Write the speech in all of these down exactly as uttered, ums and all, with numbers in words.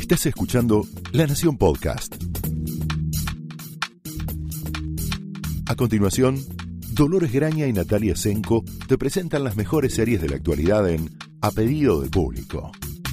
Estás escuchando La Nación Podcast. A continuación, Dolores Graña y Natalia Senko te presentan las mejores series de la actualidad en A Pedido del Público.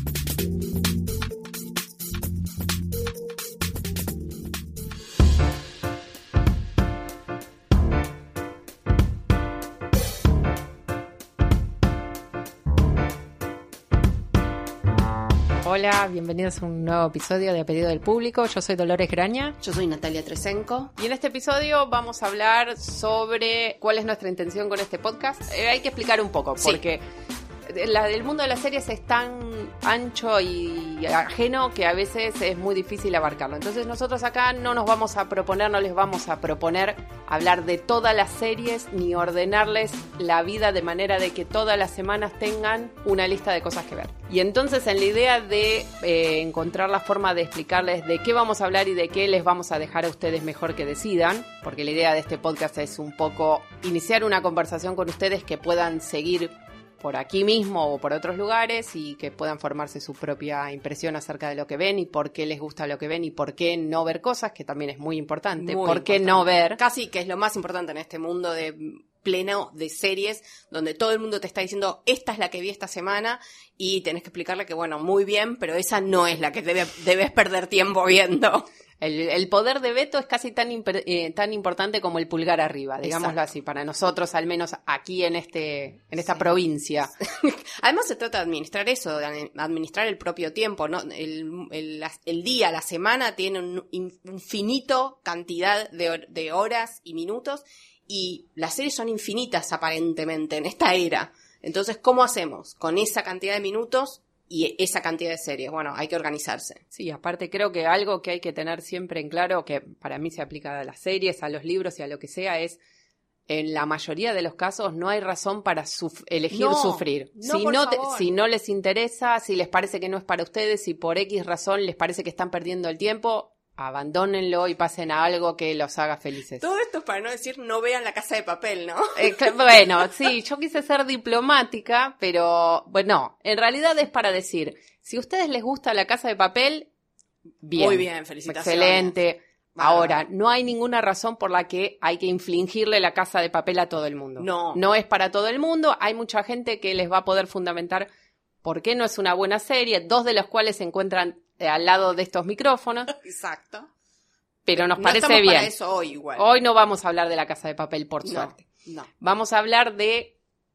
Hola, bienvenidos a un nuevo episodio de A Pedido del Público. Yo soy Dolores Graña. Yo soy Natalia Tresenko. Y en este episodio vamos a hablar sobre cuál es nuestra intención con este podcast. Eh, hay que explicar un poco, Sí. porque la, el mundo de las series es tan ancho y ajeno que a veces es muy difícil abarcarlo. Entonces nosotros acá no nos vamos a proponer, no les vamos a proponer hablar de todas las series ni ordenarles la vida de manera de que todas las semanas tengan una lista de cosas que ver. Y entonces en la idea de eh, encontrar la forma de explicarles de qué vamos a hablar y de qué les vamos a dejar a ustedes mejor que decidan, porque la idea de este podcast es un poco iniciar una conversación con ustedes que puedan seguir por aquí mismo o por otros lugares y que puedan formarse su propia impresión acerca de lo que ven y por qué les gusta lo que ven y por qué no ver cosas, que también es muy importante. Muy ¿Por qué importante. no ver? Casi que es lo más importante en este mundo de pleno de series, donde todo el mundo te está diciendo, esta es la que vi esta semana, y tenés que explicarle que, bueno, muy bien, pero esa no es la que debe, debes perder tiempo viendo. El, el poder de veto es casi tan imper, eh, tan importante como el pulgar arriba, digámoslo Exacto. así, para nosotros, al menos aquí en este en esta Sí. provincia. Además se trata de administrar eso, de administrar el propio tiempo, ¿no? El, el, el día, la semana tiene un infinito cantidad de, hor- de horas y minutos, y las series son infinitas aparentemente en esta era. Entonces, ¿cómo hacemos con esa cantidad de minutos y esa cantidad de series? Bueno, hay que organizarse. Sí, aparte creo que algo que hay que tener siempre en claro, que para mí se aplica a las series, a los libros y a lo que sea, es en la mayoría de los casos no hay razón para suf- elegir No, sufrir. no, si, por no te- favor. si no les interesa, si les parece que no es para ustedes, si por X razón les parece que están perdiendo el tiempo, abandónenlo y pasen a algo que los haga felices. Todo esto es para no decir no vean La Casa de Papel, ¿no? Eh, cl- bueno, sí, yo quise ser diplomática, pero bueno, en realidad es para decir, si a ustedes les gusta La Casa de Papel, bien. Muy bien, felicitaciones. Excelente. Bárbaro. Ahora, no hay ninguna razón por la que hay que infligirle La Casa de Papel a todo el mundo. No. No es para todo el mundo. Hay mucha gente que les va a poder fundamentar por qué no es una buena serie, dos de los cuales se encuentran eh, al lado de estos micrófonos, Exacto. pero nos no parece estamos bien. para eso hoy igual. Hoy no vamos a hablar de La Casa de Papel, por no, suerte. no. Vamos a hablar de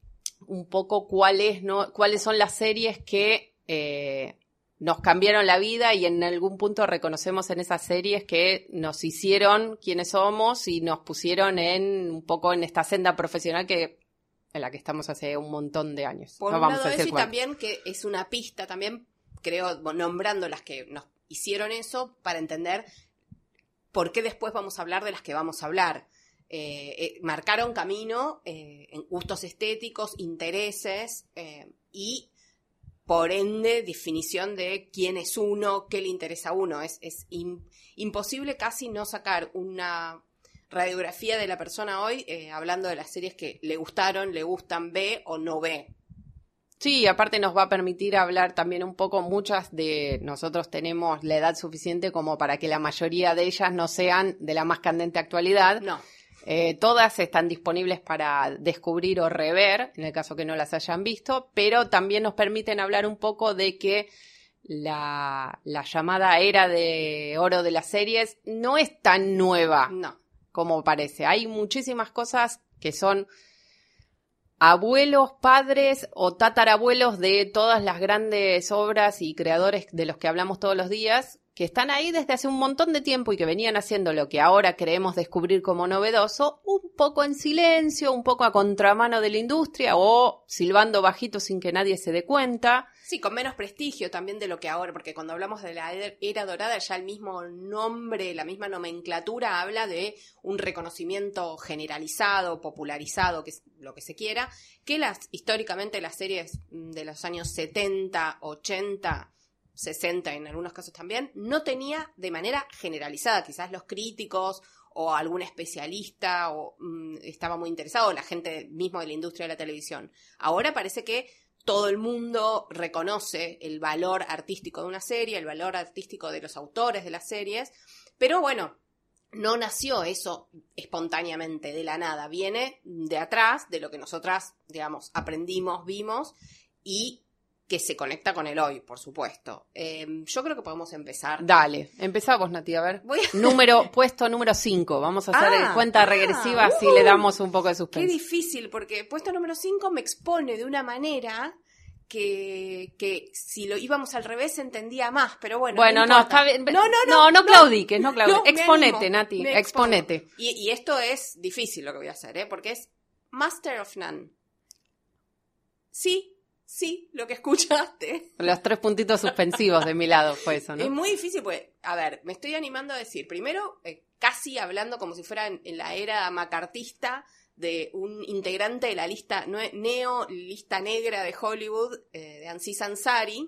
un poco cuáles no, cuáles son las series que eh, nos cambiaron la vida y en algún punto reconocemos en esas series que nos hicieron quienes somos y nos pusieron en un poco en esta senda profesional que en la que estamos hace un montón de años. Por no un vamos lado a decir eso, y cuál. también que es una pista, también creo, nombrando las que nos hicieron eso, para entender por qué después vamos a hablar de las que vamos a hablar. Eh, eh, marcaron camino eh, en gustos estéticos, intereses eh, y, por ende, definición de quién es uno, qué le interesa a uno. Es, es im- imposible casi no sacar una radiografía de la persona hoy eh, hablando de las series que le gustaron, le gustan, ve o no ve. Sí, aparte nos va a permitir hablar también un poco, muchas de nosotros tenemos la edad suficiente como para que la mayoría de ellas no sean de la más candente actualidad. No. Eh, todas están disponibles para descubrir o rever, en el caso que no las hayan visto, pero también nos permiten hablar un poco de que la, la llamada era de oro de las series no es tan nueva No. como parece. Hay muchísimas cosas que son abuelos, padres o tatarabuelos de todas las grandes obras y creadores de los que hablamos todos los días, que están ahí desde hace un montón de tiempo y que venían haciendo lo que ahora creemos descubrir como novedoso, un poco en silencio, un poco a contramano de la industria o silbando bajito sin que nadie se dé cuenta. Sí, con menos prestigio también de lo que ahora, porque cuando hablamos de la era dorada, ya el mismo nombre, la misma nomenclatura habla de un reconocimiento generalizado, popularizado, que es lo que se quiera, que las históricamente las series de los años setenta, ochenta, sesenta en algunos casos también, no tenía de manera generalizada. Quizás los críticos o algún especialista o, mmm, estaba muy interesado, o la gente mismo de la industria de la televisión. Ahora parece que todo el mundo reconoce el valor artístico de una serie, el valor artístico de los autores de las series, pero bueno, no nació eso espontáneamente de la nada, viene de atrás, de lo que nosotras, digamos, aprendimos, vimos y que se conecta con el hoy, por supuesto. Eh, yo creo que podemos empezar. Dale, empezamos, Nati, a ver. Voy a... Número, puesto número cinco. Vamos a hacer Ah, cuenta ah, regresiva, uh, así le damos un poco de Qué suspenso. difícil, porque puesto número cinco me expone de una manera que, que si lo íbamos al revés se entendía más, pero bueno. Bueno, no, importa. está bien. No, no, no. No, no claudiques, no no, claudiques. me Exponete, animo, Nati, me expongo. exponete. Y, y esto es difícil lo que voy a hacer, ¿eh? Porque es Master of None. Sí, sí, lo que escuchaste. Los tres puntitos suspensivos de mi lado fue eso, Es ¿no? muy difícil, pues, a ver, me estoy animando a decir, primero, eh, casi hablando como si fuera en, en la era macartista de un integrante de la lista nue- neo, lista negra de Hollywood, eh, de Aziz Ansari,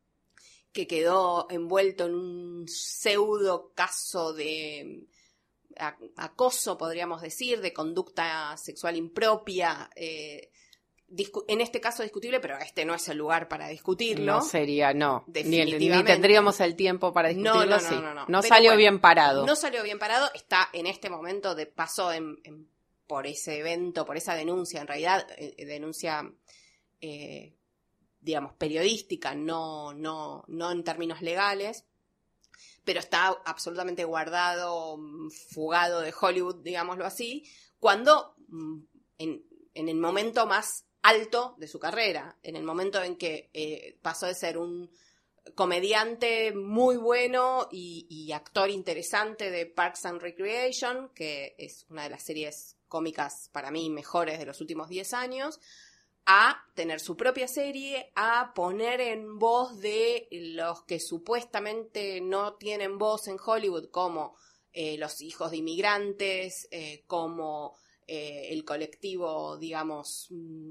que quedó envuelto en un pseudo caso de a- acoso, podríamos decir, de conducta sexual impropia, eh, discu- en este caso discutible, pero este no es el lugar para discutirlo. No sería, no. Ni, el- ni Definitivamente. tendríamos el tiempo para No, discutirlo, no, no, sí. no, no. No Pero salió bueno, bien parado. No salió bien parado, está en este momento de paso en, en- por ese evento, por esa denuncia, en realidad, eh, denuncia, eh, digamos, periodística, no, no, no en términos legales, pero está absolutamente guardado, mm, fugado de Hollywood, digámoslo así, cuando mm, en, en el momento más alto de su carrera, en el momento en que eh, pasó de ser un comediante muy bueno y, y actor interesante de Parks and Recreation, que es una de las series cómicas para mí mejores de los últimos diez años, a tener su propia serie, a poner en voz de los que supuestamente no tienen voz en Hollywood, como eh, los hijos de inmigrantes, eh, como eh, el colectivo, digamos, mm,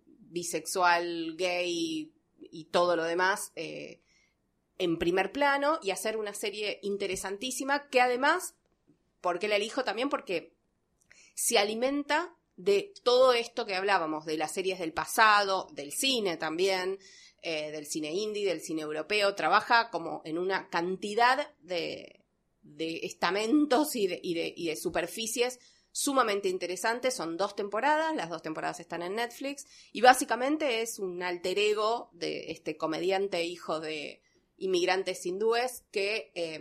bisexual, gay y todo lo demás, eh, en primer plano, y hacer una serie interesantísima que además, ¿por qué la elijo? También porque se alimenta de todo esto que hablábamos, de las series del pasado, del cine también, eh, del cine indie, del cine europeo, trabaja como en una cantidad de, de estamentos y de, y, de, y de superficies sumamente interesantes. Son dos temporadas, las dos temporadas están en Netflix, y básicamente es un alter ego de este comediante hijo de inmigrantes hindúes que eh,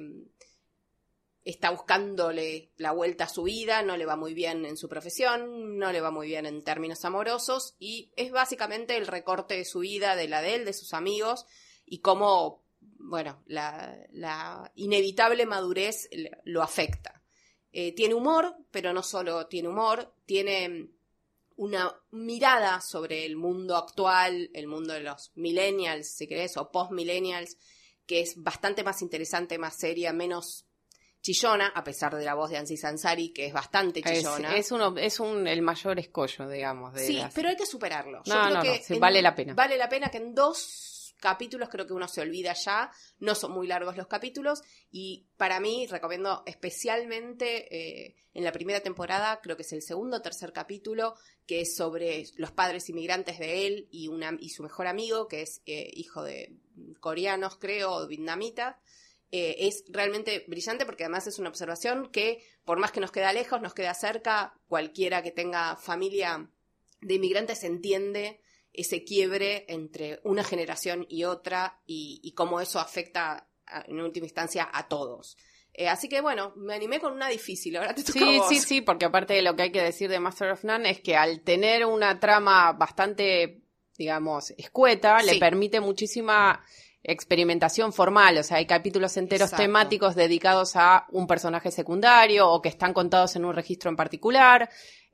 está buscándole la vuelta a su vida, no le va muy bien en su profesión, no le va muy bien en términos amorosos, y es básicamente el recorte de su vida, de la de él, de sus amigos, y cómo, bueno, la, la inevitable madurez lo afecta. Eh, tiene humor, pero no solo tiene humor, tiene una mirada sobre el mundo actual, el mundo de los millennials, si querés, o post-millennials, que es bastante más interesante, más seria, menos chillona, a pesar de la voz de Aziz Ansari, que es bastante chillona. Es, es, uno, es un, el mayor escollo, digamos. De sí, las... pero hay que superarlo. Yo no, creo no, que no, sí, en, vale la pena. Vale la pena que en dos capítulos, creo que uno se olvida ya, no son muy largos los capítulos, y para mí recomiendo especialmente eh, en la primera temporada, creo que es el segundo o tercer capítulo, que es sobre los padres inmigrantes de él y, una, y su mejor amigo, que es eh, hijo de coreanos, creo, o vietnamitas. Eh, es realmente brillante porque además es una observación que, por más que nos queda lejos, nos queda cerca. Cualquiera que tenga familia de inmigrantes entiende ese quiebre entre una generación y otra, y, y cómo eso afecta a, en última instancia a todos. Eh, así que bueno, me animé con una difícil, ahora te toca Sí, a vos. sí, sí, porque aparte de lo que hay que decir de Master of None es que al tener una trama bastante, digamos, escueta, Sí. le permite muchísima experimentación formal, o sea, hay capítulos enteros Exacto. temáticos dedicados a un personaje secundario o que están contados en un registro en particular.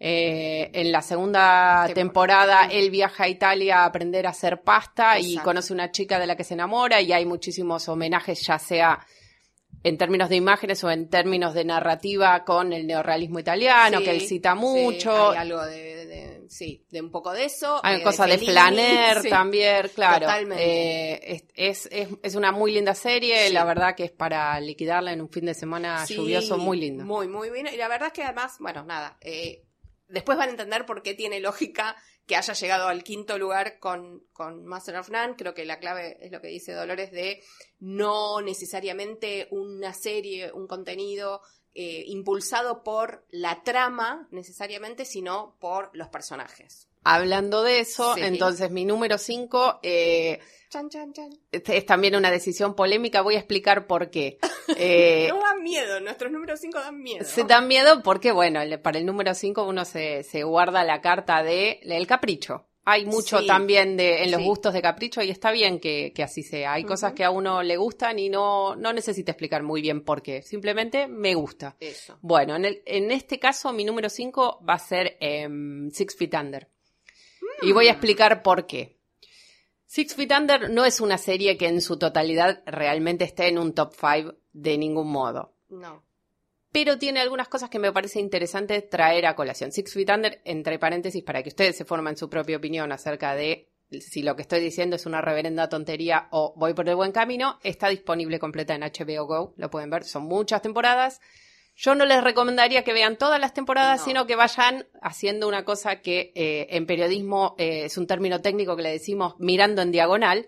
Eh, en la segunda Tem- temporada él viaja a Italia a aprender a hacer pasta y Exacto. conoce una chica de la que se enamora, y hay muchísimos homenajes, ya sea en términos de imágenes o en términos de narrativa, con el neorrealismo italiano, Sí, que él cita sí, mucho. hay algo de, de- sí, de un poco de eso. Hay eh, cosas de, Fellini, Flaner sí. también, claro. Totalmente. Eh, es, es, es, es una muy linda serie, Sí. la verdad que es para liquidarla en un fin de semana Sí, lluvioso muy lindo. Muy, muy bien. Y la verdad es que además, bueno, nada, eh, después van a entender por qué tiene lógica que haya llegado al quinto lugar con, con Master of None. Creo que la clave es lo que dice Dolores, de no necesariamente una serie, un contenido eh, impulsado por la trama necesariamente, sino por los personajes. Hablando de eso, Sí. entonces mi número cinco eh, Chan, chan, chan. es también una decisión polémica, voy a explicar por qué. Eh, No dan miedo, nuestros números cinco dan miedo. Se dan miedo porque, bueno, el- para el número cinco uno se, se guarda la carta de el capricho. Hay mucho Sí, también de, en los sí. gustos de capricho y está bien que, que así sea. Hay Ujú. cosas que a uno le gustan y no, no necesita explicar muy bien por qué. Simplemente me gusta. Eso. Bueno, en, el, en este caso mi número cinco va a ser em, Six Feet Under. Y voy a explicar por qué. Six Feet Under no es una serie que en su totalidad realmente esté en un top cinco de ningún modo. No. Pero tiene algunas cosas que me parece interesante traer a colación. Six Feet Under, entre paréntesis, para que ustedes se formen su propia opinión acerca de si lo que estoy diciendo es una reverenda tontería o voy por el buen camino, está disponible completa en H B O Go, lo pueden ver, son muchas temporadas. Yo no les recomendaría que vean todas las temporadas, No. sino que vayan haciendo una cosa que eh, en periodismo eh, es un término técnico que le decimos mirando en diagonal,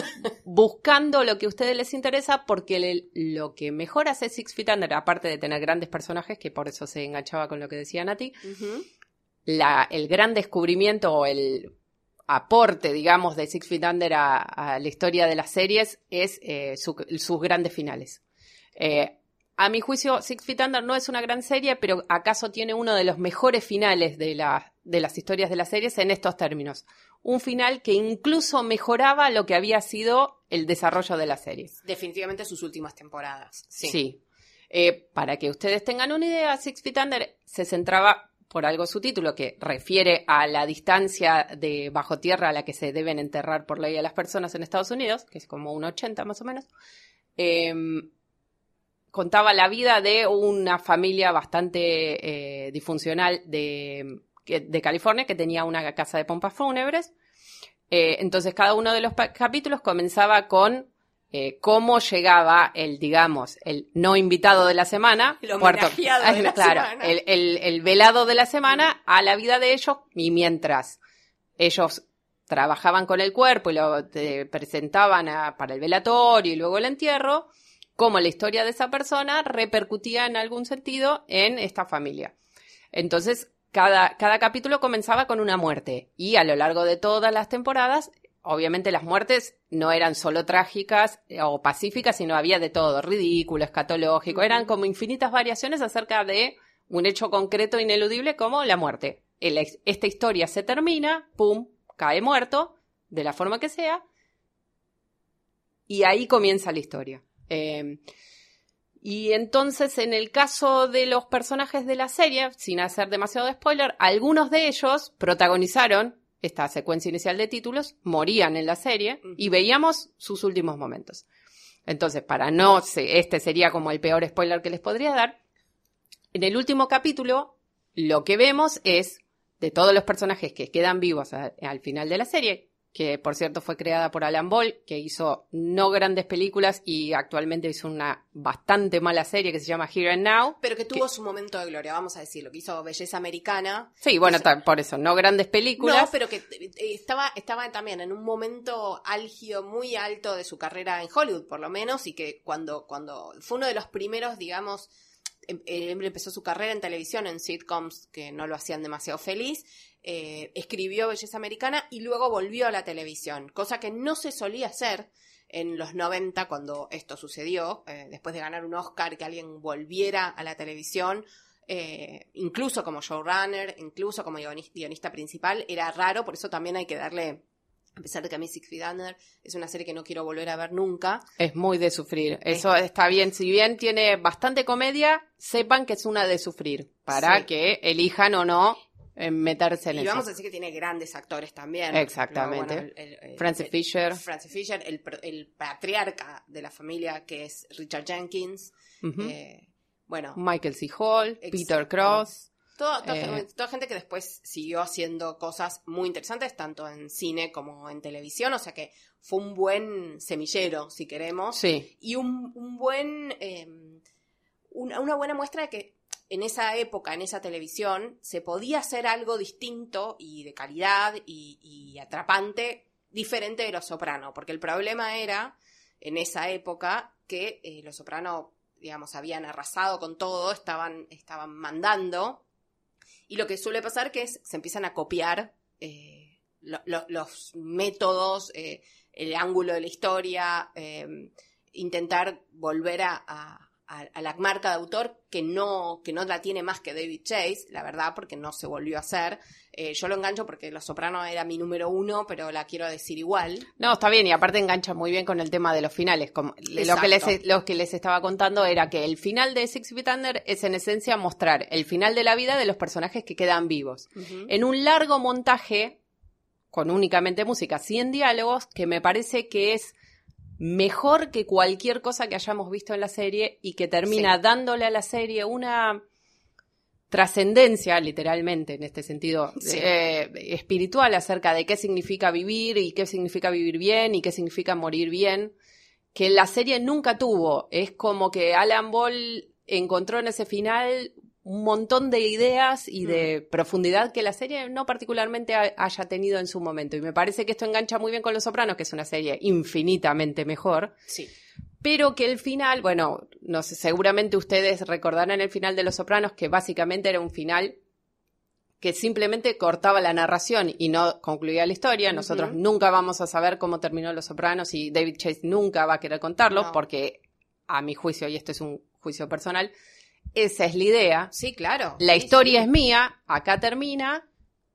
buscando lo que a ustedes les interesa, porque le- lo que mejor hace Six Feet Under, aparte de tener grandes personajes, que por eso se enganchaba con lo que decía Nati, Ujú. la, el gran descubrimiento o el aporte, digamos, de Six Feet Under a, a la historia de las series es eh, su- sus grandes finales. Eh, a mi juicio, Six Feet Under no es una gran serie, pero acaso tiene uno de los mejores finales de, la, de las historias de las series en estos términos. Un final que incluso mejoraba lo que había sido el desarrollo de las series. Definitivamente sus últimas temporadas. Sí. Sí. Eh, para que ustedes tengan una idea, Six Feet Under se centraba, por algo su título, que refiere a la distancia de bajo tierra a la que se deben enterrar por ley a las personas en Estados Unidos, que es como un ochenta más o menos. Eh, contaba la vida de una familia bastante eh, disfuncional de, de California que tenía una casa de pompas fúnebres. Eh, entonces cada uno de los pa- capítulos comenzaba con eh, cómo llegaba el, digamos, el no invitado de la semana, El Puerto- homenajeado de la claro, semana. El, el, el velado de la semana a la vida de ellos, y mientras ellos trabajaban con el cuerpo y lo te presentaban a- para el velatorio y luego el entierro, cómo la historia de esa persona repercutía en algún sentido en esta familia. Entonces, cada, cada capítulo comenzaba con una muerte y a lo largo de todas las temporadas, obviamente las muertes no eran solo trágicas o pacíficas, sino había de todo, ridículo, escatológico, eran como infinitas variaciones acerca de un hecho concreto ineludible como la muerte. El- esta historia se termina, pum, cae muerto, de la forma que sea, y ahí comienza la historia. Eh, y entonces, en el caso de los personajes de la serie, sin hacer demasiado spoiler, algunos de ellos protagonizaron esta secuencia inicial de títulos, morían en la serie y veíamos sus últimos momentos. Entonces, para no, se- este sería como el peor spoiler que les podría dar, en el último capítulo lo que vemos es de todos los personajes que quedan vivos a- al final de la serie, que por cierto fue creada por Alan Ball, que hizo no grandes películas y actualmente hizo una bastante mala serie que se llama Here and Now. Pero que tuvo su momento de gloria, vamos a decirlo, que hizo Belleza Americana. Sí, bueno, Hizo- ta- por eso, no grandes películas. No, pero que eh, estaba, estaba también en un momento álgido muy alto de su carrera en Hollywood, por lo menos, y que cuando, cuando fue uno de los primeros, digamos, em- él empezó su carrera en televisión, en sitcoms que no lo hacían demasiado feliz, eh, escribió Belleza Americana y luego volvió a la televisión, cosa que no se solía hacer en los noventa cuando esto sucedió, eh, después de ganar un Oscar, que alguien volviera a la televisión. Eh, incluso como showrunner, incluso como guionis- guionista principal, era raro, por eso también hay que darle, a pesar de que a mí Six Feet Under es una serie que no quiero volver a ver nunca. Es muy de sufrir. Eso está bien. Si bien tiene bastante comedia, sepan que es una de sufrir. Para Sí. que elijan o no eh, meterse en Y eso. vamos a decir que tiene grandes actores también. Exactamente. Bueno, el- el- el- Francis el- Fisher. Francis Fisher, el, pr- el patriarca de la familia, que es Richard Jenkins. Ujú. eh, bueno, Michael C. Hall, Exacto. Peter Cross. Toda, toda, Eh. gente, toda gente que después siguió haciendo cosas muy interesantes, tanto en cine como en televisión, o sea que fue un buen semillero, si queremos, Sí. y un, un buen, eh, una, una buena muestra de que en esa época, en esa televisión, se podía hacer algo distinto y de calidad y, y atrapante, diferente de Los Soprano, porque el problema era, en esa época, que eh, Los Soprano, digamos, habían arrasado con todo, estaban, estaban mandando, y lo que suele pasar que es, se empiezan a copiar eh, lo, lo, los métodos, eh, el ángulo de la historia, eh, intentar volver a, a, a la marca de autor que no, que no la tiene más que David Chase, la verdad, porque no se volvió a hacer. Eh, yo lo engancho porque Los Soprano era mi número uno, pero la quiero decir igual. No, está bien, y aparte engancha muy bien con el tema de los finales. Como lo que, les, lo que les estaba contando era que el final de Six Feet Under es en esencia mostrar el final de la vida de los personajes que quedan vivos. Uh-huh. En un largo montaje, con únicamente música, sin diálogos, que me parece que es mejor que cualquier cosa que hayamos visto en la serie y que termina sí. dándole a la serie una trascendencia, literalmente, en este sentido, sí. eh, espiritual acerca de qué significa vivir y qué significa vivir bien y qué significa morir bien, que la serie nunca tuvo. Es como que Alan Ball encontró en ese final un montón de ideas y de mm. profundidad que la serie no particularmente ha, haya tenido en su momento. Y me parece que esto engancha muy bien con Los Sopranos, que es una serie infinitamente mejor. Sí. Pero que el final, bueno, no sé, seguramente ustedes recordarán el final de Los Sopranos, que básicamente era un final que simplemente cortaba la narración y no concluía la historia. Nosotros uh-huh. nunca vamos a saber cómo terminó Los Sopranos y David Chase nunca va a querer contarlo, no. porque a mi juicio, y esto es un juicio personal, esa es la idea. Sí, claro. La sí, historia sí. es mía, acá termina,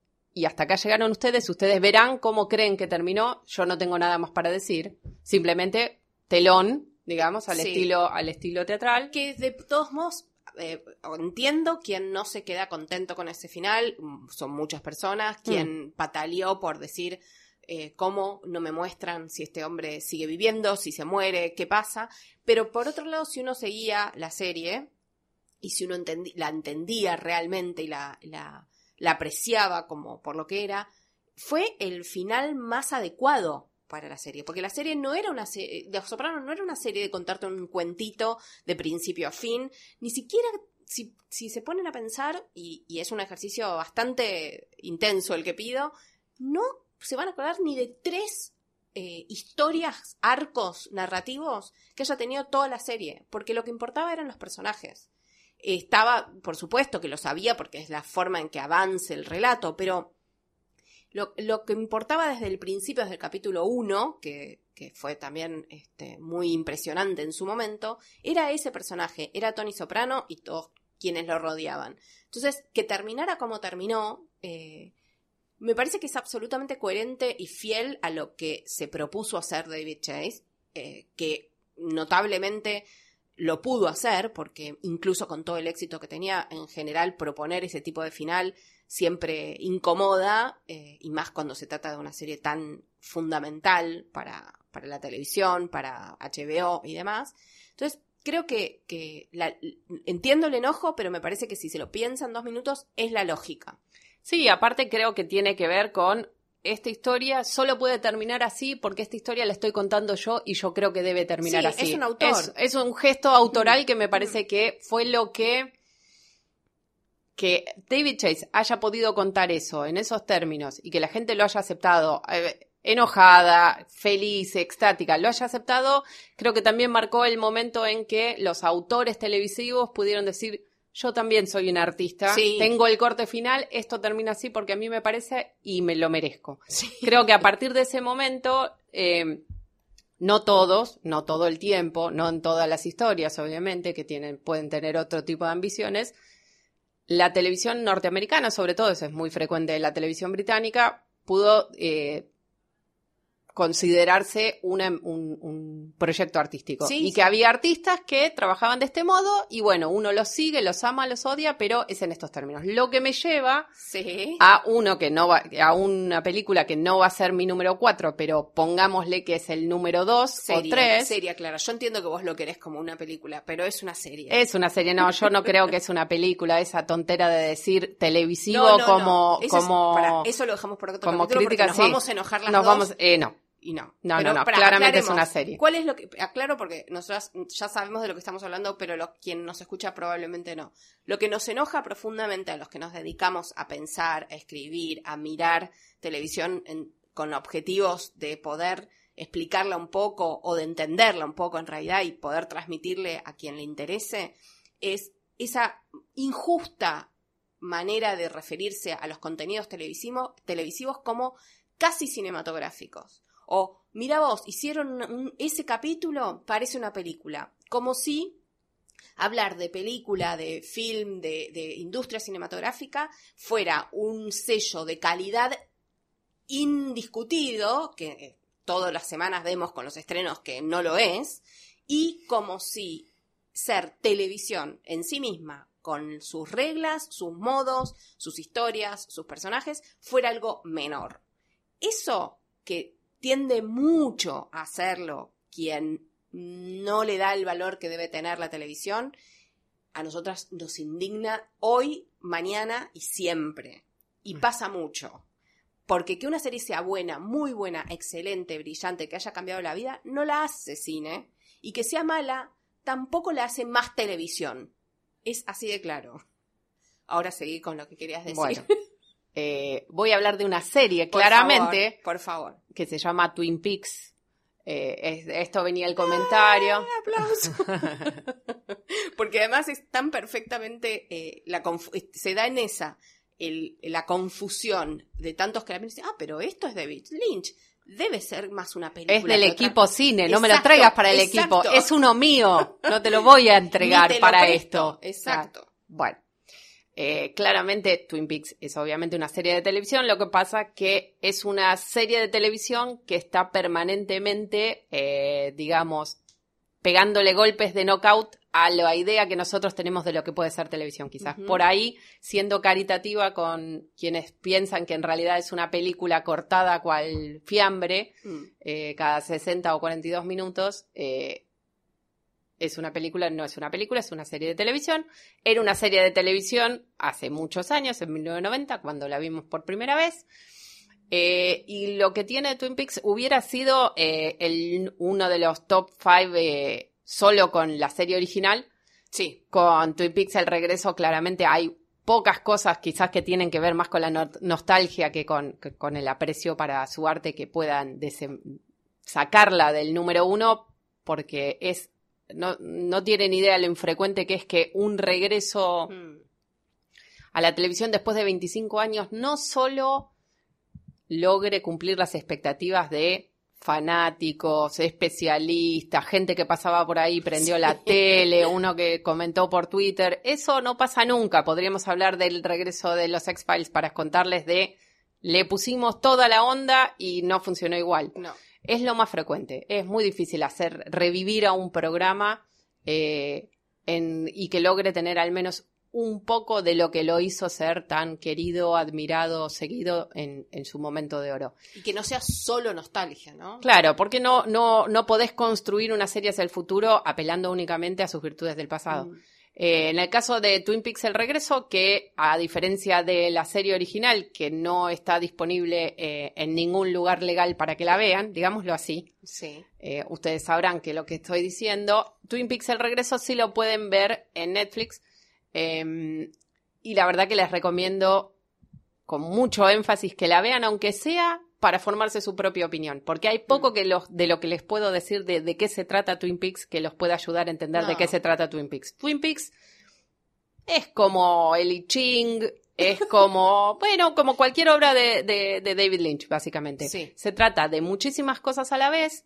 y hasta acá llegaron ustedes. Ustedes verán cómo creen que terminó. Yo no tengo nada más para decir. Simplemente telón, digamos, al sí. estilo al estilo teatral. Que de todos modos, eh, entiendo quien no se queda contento con ese final. Son muchas personas. Quien mm. pataleó por decir eh, cómo no me muestran si este hombre sigue viviendo, si se muere, qué pasa. Pero por otro lado, si uno seguía la serie y si uno entendí, la entendía realmente y la, la, la apreciaba como por lo que era, fue el final más adecuado para la serie, porque la serie no era una serie, Los Sopranos no era una serie de contarte un cuentito de principio a fin, ni siquiera, si, si se ponen a pensar, y, y es un ejercicio bastante intenso el que pido, no se van a acordar ni de tres eh, historias, arcos narrativos que haya tenido toda la serie, porque lo que importaba eran los personajes. Estaba, por supuesto que lo sabía porque es la forma en que avance el relato, pero lo, lo que importaba desde el principio, desde el capítulo uno, que, que fue también este, muy impresionante en su momento, era ese personaje, era Tony Soprano y todos quienes lo rodeaban. Entonces, que terminara como terminó, eh, me parece que es absolutamente coherente y fiel a lo que se propuso hacer David Chase, eh, que notablemente lo pudo hacer, porque incluso con todo el éxito que tenía, en general proponer ese tipo de final siempre incomoda, eh, y más cuando se trata de una serie tan fundamental para, para la televisión, para H B O y demás. Entonces, creo que, que la, entiendo el enojo, pero me parece que si se lo piensan dos minutos, es la lógica. Sí, aparte creo que tiene que ver con esta historia solo puede terminar así porque esta historia la estoy contando yo y yo creo que debe terminar sí, así. Es un autor. Es, es un gesto autoral que me parece que fue lo que que David Chase haya podido contar eso en esos términos y que la gente lo haya aceptado eh, enojada, feliz, extática, lo haya aceptado, creo que también marcó el momento en que los autores televisivos pudieron decir: yo también soy un artista, sí. tengo el corte final, esto termina así porque a mí me parece y me lo merezco. Sí. Creo que a partir de ese momento, eh, no todos, no todo el tiempo, no en todas las historias, obviamente, que tienen, pueden tener otro tipo de ambiciones, la televisión norteamericana, sobre todo, eso es muy frecuente en la televisión británica, pudo eh, considerarse una, un, un proyecto artístico. Sí, y sí. que había artistas que trabajaban de este modo y bueno, uno los sigue, los ama, los odia, pero es en estos términos. Lo que me lleva sí. a uno que no va, a una película que no va a ser mi número cuatro, pero pongámosle que es el número dos seria, o tres. Seria, Clara. Yo entiendo que vos lo querés como una película, pero es una serie. Es una serie, no, yo no creo que es una película, esa tontera de decir televisivo no, no, como, no. Eso como, es, para, eso lo dejamos por otro como capítulo crítica, porque nos sí. vamos a enojar las nos dos. Vamos, eh, no. y no. No, Pero, no, no, pará, claramente aclaremos. es una serie. ¿Cuál es lo que...? Aclaro porque nosotros ya aclaro porque nosotros no sabemos de lo que estamos hablando, pero los, ya sabemos de lo que estamos hablando, pero lo, quien nos escucha probablemente no. Lo que nos enoja profundamente a los que nos dedicamos a pensar, a escribir, a mirar televisión en, con objetivos de poder explicarla un poco o de entenderla un poco en realidad y poder transmitirle a quien le interese, es esa injusta manera de referirse a los contenidos televisivos, televisivos como casi cinematográficos. O, mira vos, hicieron un, ese capítulo, parece una película. Como si hablar de película, de film, de, de industria cinematográfica, fuera un sello de calidad indiscutido, que todas las semanas vemos con los estrenos que no lo es, y como si ser televisión en sí misma, con sus reglas, sus modos, sus historias, sus personajes, fuera algo menor. Eso que tiende mucho a hacerlo quien no le da el valor que debe tener la televisión, a nosotras nos indigna hoy, mañana y siempre. Y pasa mucho. Porque que una serie sea buena, muy buena, excelente, brillante, que haya cambiado la vida, no la hace cine. Y que sea mala, tampoco la hace más televisión. Es así de claro. Ahora seguí con lo que querías decir. Bueno. Eh, voy a hablar de una serie, por claramente, favor, por favor, que se llama Twin Peaks. Eh, es, esto venía el comentario. ¡Ah, aplauso! Porque además es tan perfectamente, eh, la conf- se da en esa, el, la confusión de tantos que la dicen, ah, pero esto es David Lynch, debe ser más una película. Es del que equipo otra. cine, no Exacto, me lo traigas para el exacto. equipo, es uno mío, no te lo voy a entregar Ni te lo para presto. esto. Exacto. O sea, bueno. Eh, claramente Twin Peaks es obviamente una serie de televisión, lo que pasa que es una serie de televisión que está permanentemente, eh, digamos, pegándole golpes de knockout a la idea que nosotros tenemos de lo que puede ser televisión. Quizás uh-huh. por ahí, siendo caritativa con quienes piensan que en realidad es una película cortada cual fiambre, uh-huh. eh, cada sesenta o cuarenta y dos minutos, eh, es una película, no es una película, es una serie de televisión. Era una serie de televisión hace muchos años, en mil novecientos noventa, cuando la vimos por primera vez. Eh, y lo que tiene Twin Peaks hubiera sido eh, el, uno de los top five eh, solo con la serie original. Sí. Con Twin Peaks El Regreso claramente hay pocas cosas quizás que tienen que ver más con la no- nostalgia que con, que con el aprecio para su arte que puedan dese- sacarla del número uno, porque es No, no tienen idea de lo infrecuente que es que un regreso mm. a la televisión después de veinticinco años no solo logre cumplir las expectativas de fanáticos, especialistas, gente que pasaba por ahí, prendió sí. la tele, uno que comentó por Twitter. Eso no pasa nunca. Podríamos hablar del regreso de los X-Files para contarles de le pusimos toda la onda y no funcionó igual. No. Es lo más frecuente. Es muy difícil hacer revivir a un programa eh, en, y que logre tener al menos un poco de lo que lo hizo ser tan querido, admirado, seguido en, en su momento de oro. Y que no sea solo nostalgia, ¿no? Claro, porque no, no, no podés construir una serie hacia el futuro apelando únicamente a sus virtudes del pasado. Mm. Eh, en el caso de Twin Peaks El Regreso, que a diferencia de la serie original, que no está disponible eh, en ningún lugar legal para que la vean, digámoslo así, sí. eh, ustedes sabrán que lo que estoy diciendo, Twin Peaks El Regreso sí lo pueden ver en Netflix, eh, y la verdad que les recomiendo con mucho énfasis que la vean, aunque sea para formarse su propia opinión, porque hay poco que los, de lo que les puedo decir de, de qué se trata Twin Peaks que los pueda ayudar a entender no. de qué se trata Twin Peaks. Twin Peaks es como el I Ching, es como, bueno, como cualquier obra de, de, de David Lynch, básicamente. Sí. Se trata de muchísimas cosas a la vez,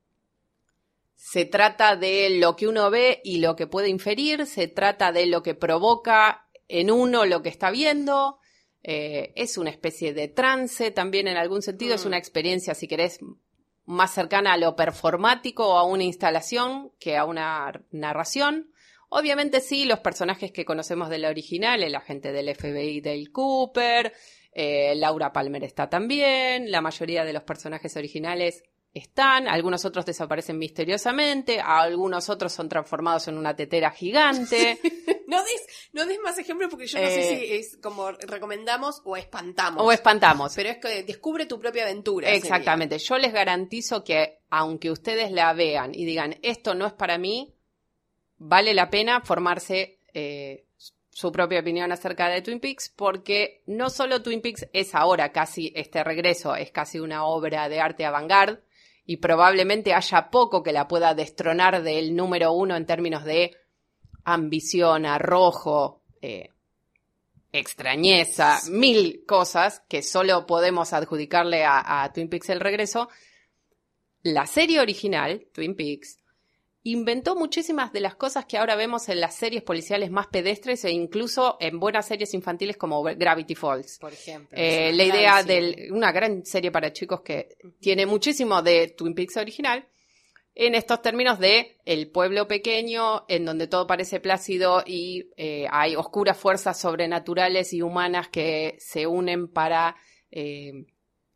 se trata de lo que uno ve y lo que puede inferir, se trata de lo que provoca en uno lo que está viendo. Eh, es una especie de trance también en algún sentido, mm. es una experiencia, si querés, más cercana a lo performático o a una instalación que a una narración. Obviamente sí, los personajes que conocemos de la original, el agente del F B I Dale Cooper, eh, Laura Palmer está también, la mayoría de los personajes originales están, algunos otros desaparecen misteriosamente, algunos otros son transformados en una tetera gigante. No, No des, no des más ejemplos porque yo no Eh, sé si es como recomendamos o espantamos. O espantamos. Pero es que descubre tu propia aventura. Exactamente. Yo les garantizo que aunque ustedes la vean y digan, esto no es para mí, vale la pena formarse eh, su propia opinión acerca de Twin Peaks, porque no solo Twin Peaks es ahora casi, este regreso es casi una obra de arte avant-garde, y probablemente haya poco que la pueda destronar del número uno en términos de ambición, arrojo, eh, extrañeza, mil cosas que solo podemos adjudicarle a, a Twin Peaks el regreso. La serie original, Twin Peaks, inventó muchísimas de las cosas que ahora vemos en las series policiales más pedestres e incluso en buenas series infantiles como Gravity Falls. Por ejemplo. Eh, la idea de una gran serie para chicos que uh-huh. tiene muchísimo de Twin Peaks original, en estos términos de el pueblo pequeño, en donde todo parece plácido y eh, hay oscuras fuerzas sobrenaturales y humanas que se unen para eh,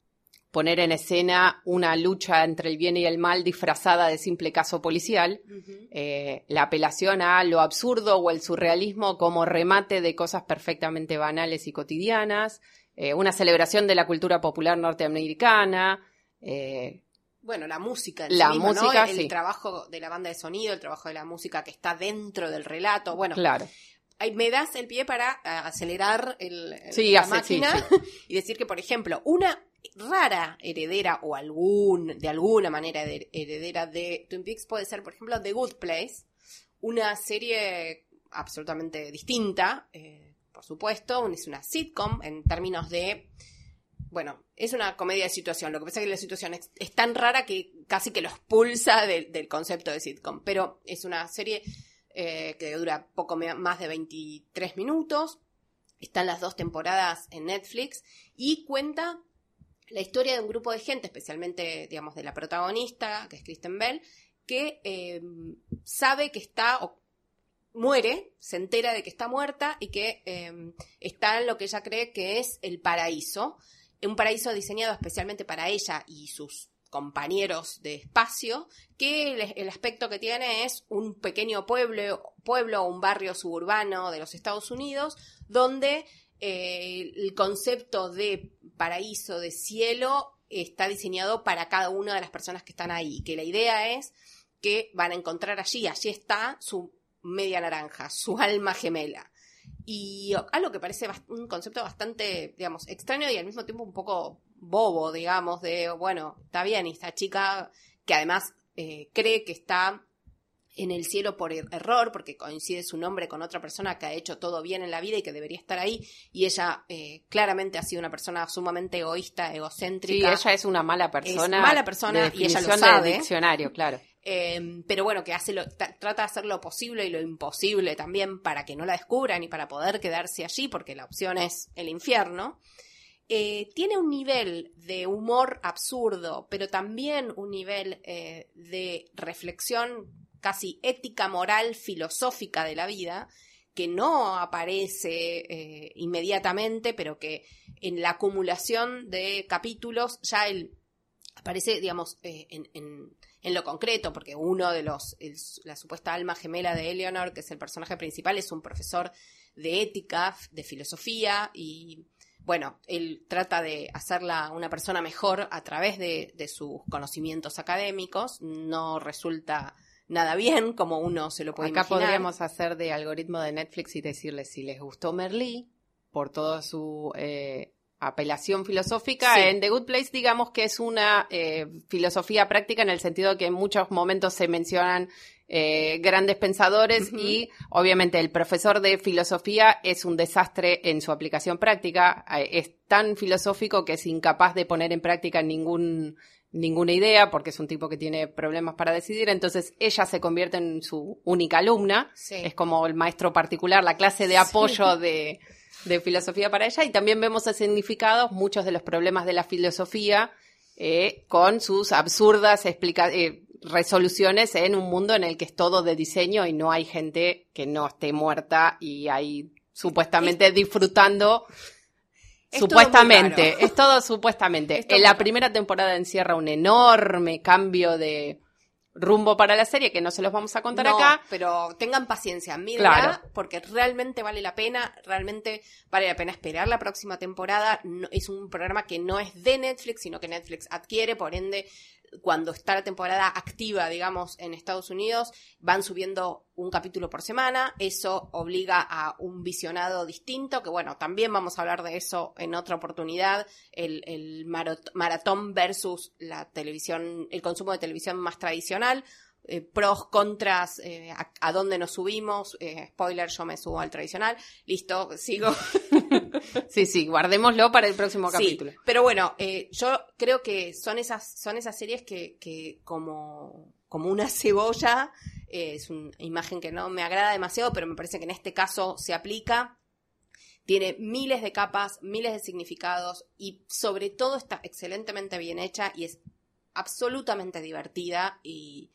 poner en escena una lucha entre el bien y el mal disfrazada de simple caso policial. Uh-huh. Eh, la apelación a lo absurdo o el surrealismo como remate de cosas perfectamente banales y cotidianas. Eh, una celebración de la cultura popular norteamericana. Eh, Bueno, la música. La sí mismo, música, ¿no? El sí. trabajo de la banda de sonido, el trabajo de la música que está dentro del relato. Bueno, claro. Ahí me das el pie para uh, acelerar el, sí, la hace, máquina sí, sí. y decir que, por ejemplo, una rara heredera o algún de alguna manera heredera de Twin Peaks puede ser, por ejemplo, The Good Place, una serie absolutamente distinta, eh, por supuesto, es una sitcom en términos de... Bueno, es una comedia de situación. Lo que pasa es que la situación es, es tan rara que casi que lo expulsa de, del concepto de sitcom. Pero es una serie eh, que dura poco me, más de veintitrés minutos. Están las dos temporadas en Netflix. Y cuenta la historia de un grupo de gente, especialmente, digamos, de la protagonista, que es Kristen Bell, que eh, sabe que está... O, muere, se entera de que está muerta y que eh, está en lo que ella cree que es el paraíso. Un paraíso diseñado especialmente para ella y sus compañeros de espacio, que el, el aspecto que tiene es un pequeño pueblo, pueblo o un barrio suburbano de los Estados Unidos, donde eh, el concepto de paraíso, de cielo, está diseñado para cada una de las personas que están ahí, que la idea es que van a encontrar allí, allí está su media naranja, su alma gemela. Y algo que parece un concepto bastante, digamos, extraño y al mismo tiempo un poco bobo, digamos, de, bueno, está bien, y esta chica que además eh, cree que está en el cielo por er- error, porque coincide su nombre con otra persona que ha hecho todo bien en la vida y que debería estar ahí, y ella eh, claramente ha sido una persona sumamente egoísta, egocéntrica. Sí, ella es una mala persona. Es mala persona y ella lo de sabe. Diccionario, claro. Eh, pero bueno, que hace lo, t- trata de hacer lo posible y lo imposible también para que no la descubran y para poder quedarse allí, porque la opción es el infierno. Eh, tiene un nivel de humor absurdo, pero también un nivel eh, de reflexión casi ética, moral, filosófica de la vida, que no aparece eh, inmediatamente, pero que en la acumulación de capítulos ya el, aparece, digamos, eh, en... en En lo concreto, porque uno de los, el, la supuesta alma gemela de Eleanor, que es el personaje principal, es un profesor de ética, de filosofía, y bueno, él trata de hacerla una persona mejor a través de, de sus conocimientos académicos. No resulta nada bien, como uno se lo puede Acá imaginar. podríamos hacer de algoritmo de Netflix y decirles si les gustó Merlí, por toda su... Eh, apelación filosófica, sí. En The Good Place digamos que es una eh, filosofía práctica en el sentido que en muchos momentos se mencionan eh, grandes pensadores uh-huh. y obviamente el profesor de filosofía es un desastre en su aplicación práctica, eh, es tan filosófico que es incapaz de poner en práctica ningún ninguna idea porque es un tipo que tiene problemas para decidir, entonces ella se convierte en su única alumna, sí. Es como el maestro particular, la clase de apoyo sí. de de filosofía para ella, y también vemos significados muchos de los problemas de la filosofía eh, con sus absurdas explica- eh, resoluciones en un mundo en el que es todo de diseño y no hay gente que no esté muerta y ahí supuestamente es, disfrutando es supuestamente, todo es todo supuestamente. Es todo en la primera temporada encierra un enorme cambio de rumbo para la serie que no se los vamos a contar no, acá. Pero tengan paciencia, mírenla, Claro. porque realmente vale la pena, realmente vale la pena esperar la próxima temporada. No, es un programa que no es de Netflix, sino que Netflix adquiere, por ende, cuando está la temporada activa, digamos, en Estados Unidos, van subiendo un capítulo por semana. Eso obliga a un visionado distinto, que bueno, también vamos a hablar de eso en otra oportunidad, el, el marot- maratón versus la televisión, el consumo de televisión más tradicional. Eh, pros, contras, eh, a, a dónde nos subimos, eh, spoiler, yo me subo al tradicional, listo, sigo. Sí, sí, guardémoslo para el próximo capítulo. Sí, pero bueno, eh, yo creo que son esas, son esas series que, que como, como una cebolla, eh, es una imagen que no me agrada demasiado, pero me parece que en este caso se aplica. Tiene miles de capas, miles de significados y sobre todo está excelentemente bien hecha y es absolutamente divertida y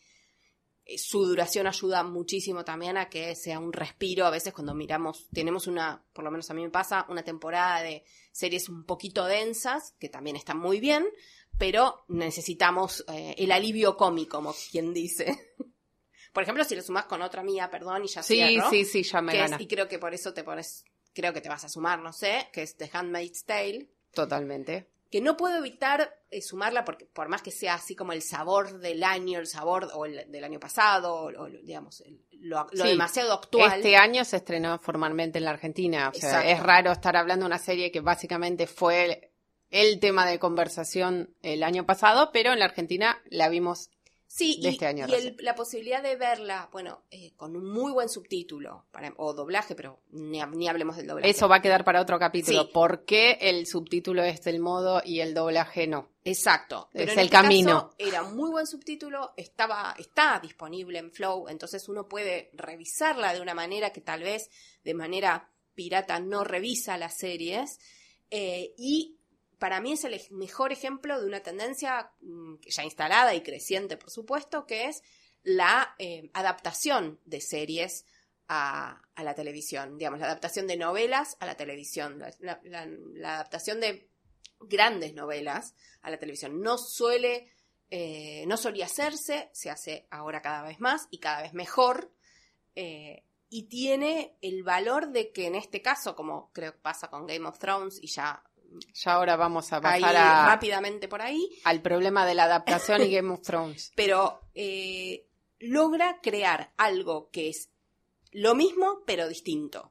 su duración ayuda muchísimo también a que sea un respiro. A veces cuando miramos, tenemos una, por lo menos a mí me pasa, una temporada de series un poquito densas, que también están muy bien, pero necesitamos eh, el alivio cómico, como quien dice. Por ejemplo, si lo sumás con otra mía, perdón, y ya Sí, cierro, sí, sí, ya me que gana. es, y creo que por eso te pones, creo que te vas a sumar, no sé, que es The Handmaid's Tale, Totalmente. que no puedo evitar eh, sumarla porque por más que sea así como el sabor del año, el sabor o el, del año pasado, o, o, digamos, el, lo, lo Sí, demasiado actual. Este año se estrenó formalmente en la Argentina. O sea, Exacto. es raro estar hablando de una serie que básicamente fue el, el tema de conversación el año pasado, pero en la Argentina la vimos Sí, de y, este año y el- la posibilidad de verla, bueno, eh, con un muy buen subtítulo, para, o doblaje, pero ni, ni hablemos del doblaje. Eso va a quedar para otro capítulo. Sí. ¿Por qué el subtítulo es del modo y el doblaje no? Exacto. Es Pero en el este camino. caso era un muy buen subtítulo, estaba, está disponible en Flow, entonces uno puede revisarla de una manera que tal vez de manera pirata no revisa las series. Eh, y para mí es el ej- mejor ejemplo de una tendencia mm, ya instalada y creciente, por supuesto, que es la eh, adaptación de series a, a la televisión. Digamos, la adaptación de novelas a la televisión. La, la- la- la adaptación de grandes novelas a la televisión. No suele, eh, no solía hacerse, se hace ahora cada vez más y cada vez mejor. eh, y tiene el valor de que en este caso, como creo que pasa con Game of Thrones, y ya Ya ahora vamos a ahí pasar a, rápidamente por ahí, al problema de la adaptación y Game of Thrones. pero eh, logra crear algo que es lo mismo, pero distinto.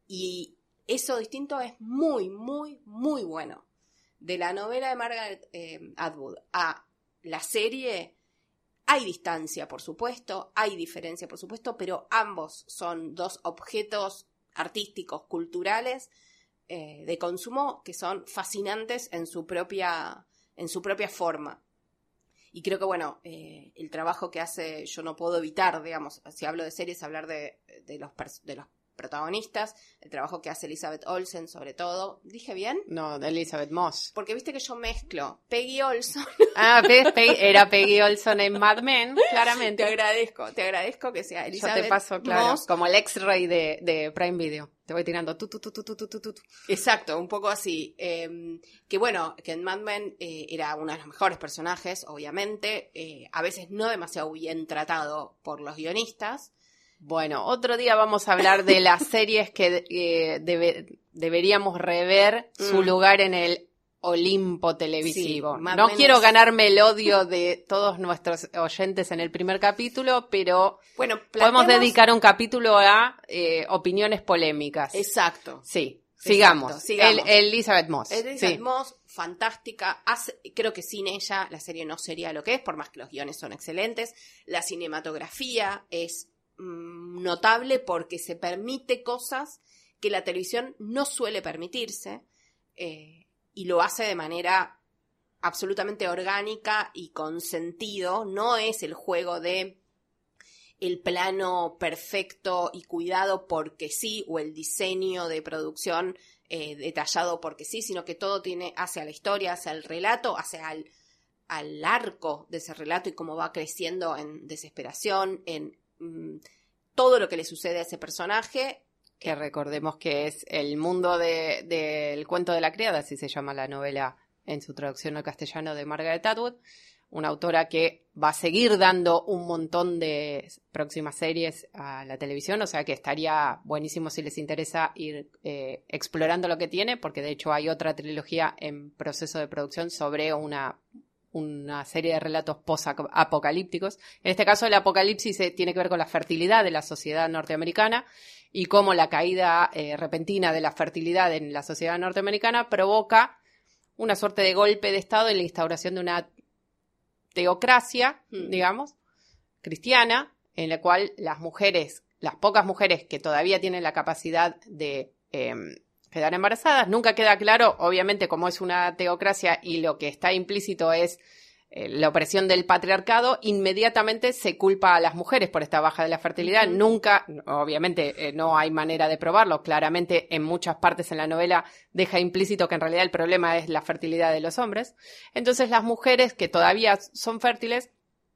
Y eso distinto es muy, muy, muy bueno. De la novela de Margaret eh, Atwood a la serie, hay distancia, por supuesto, hay diferencia, por supuesto, pero ambos son dos objetos artísticos, culturales, eh, de consumo que son fascinantes en su propia, en su propia forma. Y creo que, bueno, eh, el trabajo que hace, yo no puedo evitar, digamos, si hablo de series, hablar de, de, los, pers- de los protagonistas, el trabajo que hace Elizabeth Olsen, sobre todo. ¿Dije bien? No, de Elizabeth Moss. Porque viste que yo mezclo Peggy Olson. Ah, ¿ves? Pe- era Peggy Olson en Mad Men, Te claramente. agradezco, te agradezco que sea Yo Elizabeth te paso, claro, Moss. como el ex-rey de, de Prime Video. Te voy tirando tu, tu, tu, tu, tu, tu, tu, tu. Exacto, un poco así. Eh, que bueno, que en Mad Men eh, era uno de los mejores personajes, obviamente. Eh, a veces no demasiado bien tratado por los guionistas. Bueno, otro día vamos a hablar de las series que eh, debe- deberíamos rever su Mm. lugar en el Olimpo televisivo. Sí, Mad no Men quiero es- ganarme el odio de todos nuestros oyentes en el primer capítulo, pero Bueno, podemos planteemos- dedicar un capítulo a eh, opiniones polémicas. Exacto. Sí, sigamos. sigamos. El- Elizabeth Moss. Elizabeth sí. Moss, fantástica. Hace- creo que sin ella la serie no sería lo que es, por más que los guiones son excelentes. La cinematografía es mm, notable porque se permite cosas que la televisión no suele permitirse, eh, y lo hace de manera absolutamente orgánica y con sentido. No es el juego de el plano perfecto y cuidado porque sí, o el diseño de producción eh, detallado porque sí, sino que todo tiene hacia la historia, hacia el relato, hacia al, al arco de ese relato y cómo va creciendo en desesperación, en mm, todo lo que le sucede a ese personaje. Que recordemos que es el mundo de- del cuento de la criada, así se llama la novela en su traducción al castellano de Margaret Atwood. una autora que va a seguir dando un montón de próximas series a la televisión, o sea que estaría buenísimo si les interesa ir eh, explorando lo que tiene, porque de hecho hay otra trilogía en proceso de producción sobre una, una serie de relatos post-apocalípticos. En este caso el apocalipsis eh, tiene que ver con la fertilidad de la sociedad norteamericana y cómo la caída eh, repentina de la fertilidad en la sociedad norteamericana provoca una suerte de golpe de Estado en la instauración de una teocracia, mm. digamos, cristiana, en la cual las mujeres, las pocas mujeres que todavía tienen la capacidad de eh, quedar embarazadas, nunca queda claro, obviamente, como es una teocracia y lo que está implícito es eh, la opresión del patriarcado, inmediatamente se culpa a las mujeres por esta baja de la fertilidad. Mm. Nunca, obviamente, eh, no hay manera de probarlo. Claramente, en muchas partes en la novela deja implícito que en realidad el problema es la fertilidad de los hombres. Entonces, las mujeres que todavía son fértiles,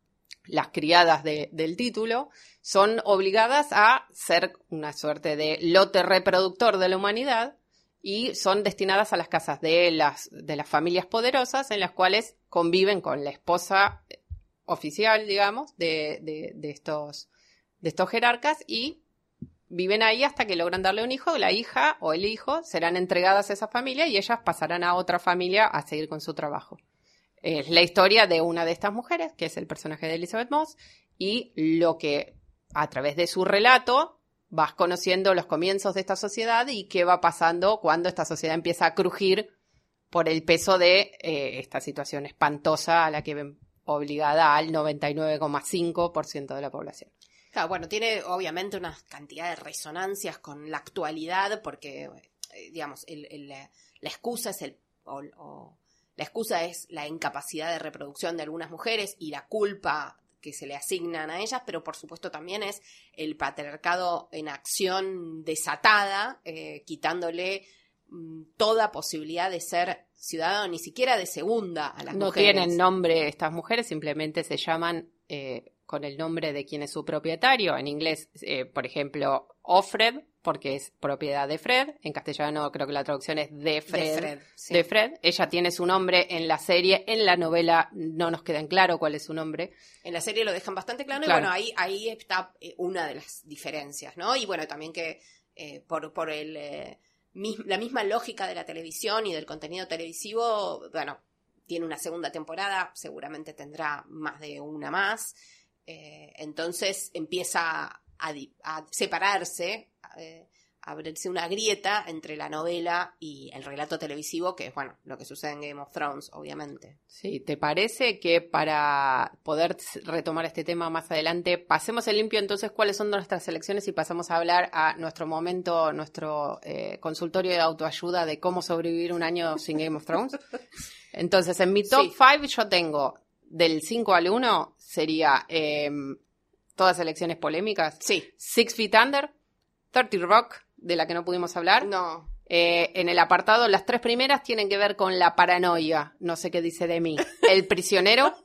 las criadas de, del título, son obligadas a ser una suerte de lote reproductor de la humanidad y son destinadas a las casas de las, de las familias poderosas en las cuales conviven con la esposa oficial, digamos, de, de, de, estos, de estos jerarcas y viven ahí hasta que logran darle un hijo. La hija o el hijo serán entregadas a esa familia y ellas pasarán a otra familia a seguir con su trabajo. Es la historia de una de estas mujeres, que es el personaje de Elisabeth Moss, y lo que a través de su relato vas conociendo los comienzos de esta sociedad y qué va pasando cuando esta sociedad empieza a crujir por el peso de eh, esta situación espantosa a la que ven obligada al noventa y nueve coma cinco por ciento de la población. Claro, bueno, tiene obviamente una cantidad de resonancias con la actualidad porque, eh, digamos, el, el, la excusa es el... O, o, la excusa es la incapacidad de reproducción de algunas mujeres y la culpa que se le asignan a ellas, pero por supuesto también es el patriarcado en acción desatada, eh, quitándole mm, toda posibilidad de ser ciudadano, ni siquiera de segunda a las no mujeres. No tienen nombre estas mujeres, simplemente se llaman eh, con el nombre de quien es su propietario. En inglés, eh, por ejemplo, Offred, porque es propiedad de Fred. En castellano creo que la traducción es de Fred. De Fred, sí. De Fred. Ella tiene su nombre en la serie. En la novela no nos queda en claro cuál es su nombre. En la serie lo dejan bastante claro, claro. Y bueno, ahí, ahí está una de las diferencias, ¿no? Y bueno, también que eh, por, por el, eh, mis, la misma lógica de la televisión y del contenido televisivo, bueno, tiene una segunda temporada, seguramente tendrá más de una más. Eh, entonces empieza a, a separarse, Eh, abrirse una grieta entre la novela y el relato televisivo, que es, bueno, lo que sucede en Game of Thrones, obviamente. Sí, ¿te parece que para poder retomar este tema más adelante, pasemos el limpio entonces cuáles son nuestras elecciones y pasamos a hablar a nuestro momento, nuestro eh, consultorio de autoayuda de cómo sobrevivir un año sin Game of Thrones? Entonces, en mi top cinco sí. Yo tengo del cinco al uno, sería eh, todas elecciones polémicas. Sí. Six Feet Under, thirty Rock, de la que no pudimos hablar. No. Eh, en el apartado, las tres primeras tienen que ver con la paranoia. No sé qué dice de mí. El prisionero.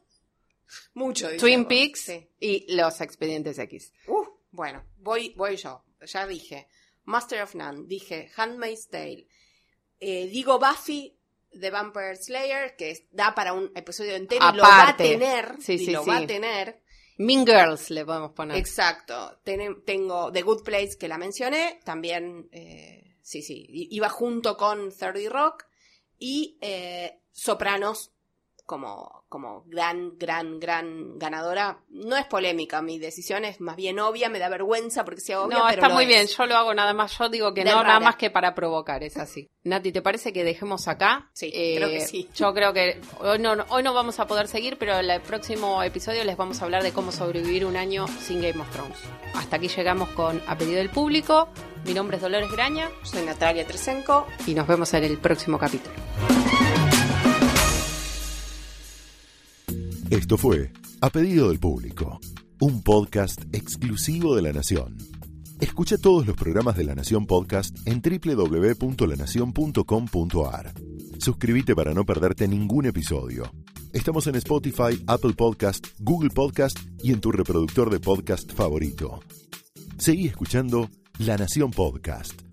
Mucho. Dice Twin vos. Peaks Sí. y Los Expedientes X. Uh, bueno, voy, voy yo. Ya dije Master of None, dije Handmaid's Tale. Eh, digo Buffy The Vampire Slayer, que da para un episodio entero Aparte. y lo va a tener. Sí, y sí, lo sí. va a tener. Mean Girls le podemos poner. Exacto. Ten, tengo The Good Place, que la mencioné. También, eh, sí, sí. Iba junto con thirty Rock. Y eh, Sopranos como, como gran, gran, gran ganadora. No es polémica. Mi decisión es más bien obvia. Me da vergüenza porque sea obvia, No, pero está lo muy es. bien. Yo lo hago nada más. Yo digo que De no, rara. nada más que para provocar. Es así. Nati, ¿te parece que dejemos acá? Sí, Eh, creo que sí. Yo creo que hoy no, hoy no vamos a poder seguir, pero en el próximo episodio les vamos a hablar de cómo sobrevivir un año sin Game of Thrones. Hasta aquí llegamos con A Pedido del Público. Mi nombre es Dolores Graña. Soy Natalia Tresenko. Y nos vemos en el próximo capítulo. Esto fue A Pedido del Público, un podcast exclusivo de La Nación. Escucha todos los programas de La Nación Podcast en doble u doble u doble u punto la nación punto com punto a r. Suscríbete para no perderte ningún episodio. Estamos en Spotify, Apple Podcast, Google Podcast y en tu reproductor de podcast favorito. Seguí escuchando La Nación Podcast.